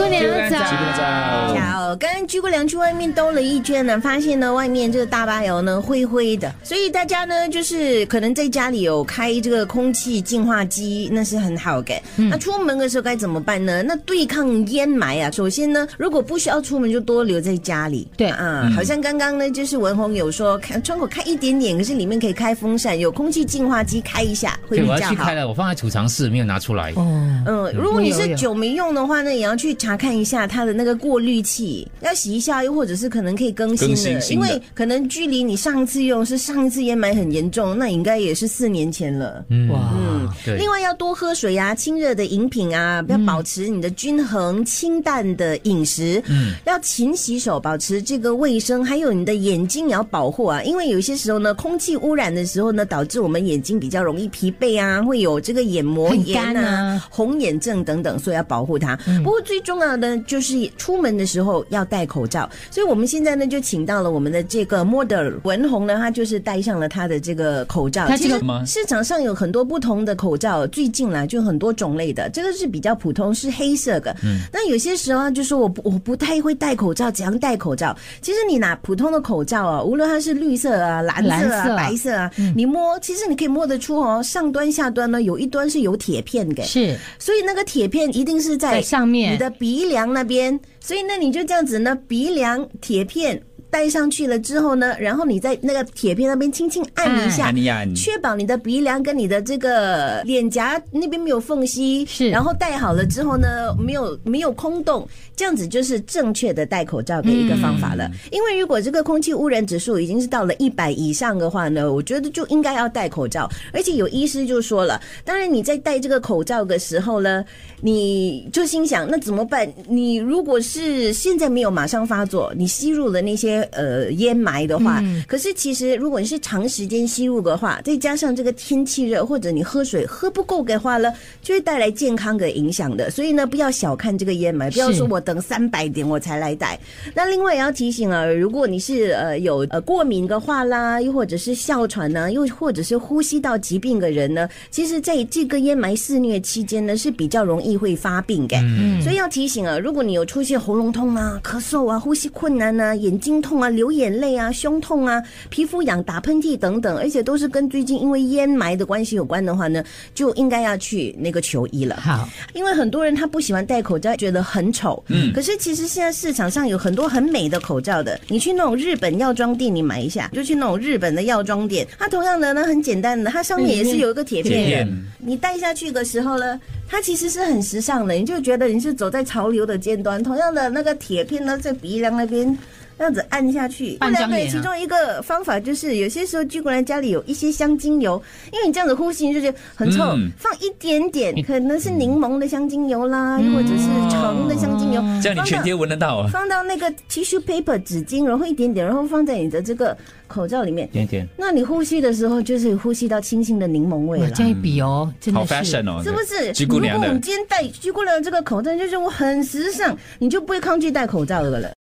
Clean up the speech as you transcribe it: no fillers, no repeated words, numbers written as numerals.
姑娘早， 巧，刚刚居姑娘去外面兜了一圈呢，发现呢外面这个大巴窑呢灰灰的，所以大家呢就是可能在家里有开这个空气净化机，那是很好的。那出门的时候该怎么办呢？那对抗烟霾啊，首先呢，如果不需要出门，就多留在家里。 对啊，好像刚刚呢，就是文宏有说，窗口开一点点，可是里面可以开风扇，有空气净化机开一下会比较好。 对，我要去开了，我放在储藏室没有拿出来。 如果你是久没用的话呢，也要去查看一下它的那个过滤器，要洗一下，又或者是可能可以更新的，因为可能距离你上一次用是上一次烟霾很严重，那应该也是4年前了。 对。 另外要多喝水啊，清热的饮品啊，要保持你的均衡清淡的饮食。要勤洗手，保持这个卫生，还有你的眼睛也要保护啊，因为有些时候呢，空气污染的时候呢，导致我们眼睛比较容易疲惫啊，会有这个眼膜炎啊、红眼症等等，所以要保护它。不过最重要的就是出门的时候要戴口罩，所以我们现在呢就请到了我们的这个 model 文宏呢，他就是戴上了他的这个口罩。其实市场上有很多不同的口罩，最近啦就很多种类的，这个是比较普通，是黑色的。那有些时候就说我不太会戴口罩，怎样戴口罩？其实你拿普通的口罩啊，无论它是绿色啊、蓝色啊、白色啊，你摸，其实你可以摸得出哦，上端下端呢有一端是有铁片的， 是， 所以那个铁片一定是在上面， 你的鼻梁那边，所以呢你就这样子呢，鼻梁铁片戴上去了之后呢，然后你在那个铁片那边轻轻按一下，确保你的鼻梁跟你的这个脸颊那边没有缝隙， 是， 然后戴好了之后呢，没有空洞，这样子就是正确的戴口罩的一个方法了。因为如果这个空气污染指数已经是到了100以上的话呢，我觉得就应该要戴口罩。而且有医师就说了，当然你在戴这个口罩的时候呢，你就心想那怎么办？你如果是现在没有马上发作，你吸入了那些烟霾的话，可是其实如果你是长时间吸入的话，再加上这个天气热，或者你喝水喝不够的话呢，就会带来健康的影响的。所以呢，不要小看这个烟霾，不要说我等300点我才来戴。那另外也要提醒啊，如果你是有过敏的话啦，又或者是哮喘呢，又或者是呼吸道疾病的人呢，其实在这个烟霾肆虐期间呢，是比较容易会发病的。所以要提醒啊，如果你有出现喉咙痛啊、咳嗽啊、呼吸困难啊、眼睛痛啊、流眼泪啊、胸痛啊、皮肤痒、打喷嚏等等，而且都是跟最近因为烟霾的关系有关的话呢，就应该要去那个求医了。 好， 因为很多人他不喜欢戴口罩，觉得很丑。可是其实现在市场上有很多很美的口罩的，你去那种日本药妆店你买一下，就去那种日本的药妆店，它同样的呢很简单的，它上面也是有一个铁片的，你戴下去的时候呢，它其实是很时尚的，你就觉得你是走在潮流的尖端。同样的那个铁片呢，在鼻梁那边这样子按下去。对，其中一个方法就是有些时候居过来家里有一些香精油，因为你这样子呼吸你就觉得很臭，放一点点，可能是柠檬的香精油啦，又或者是橙的香精油， 这样你全天闻得到啊。 放到那个 tissue paper 纸巾，然后一点点，然后放在你的这个口罩里面， 点点。 那你呼吸的时候就是呼吸到清新的柠檬味了。 这样一比哦，真的是好 fashion 哦， 是不是？ 居姑娘的， 如果我们今天戴居姑娘这个口罩，就是我很时尚，你就不会抗拒戴口罩的了。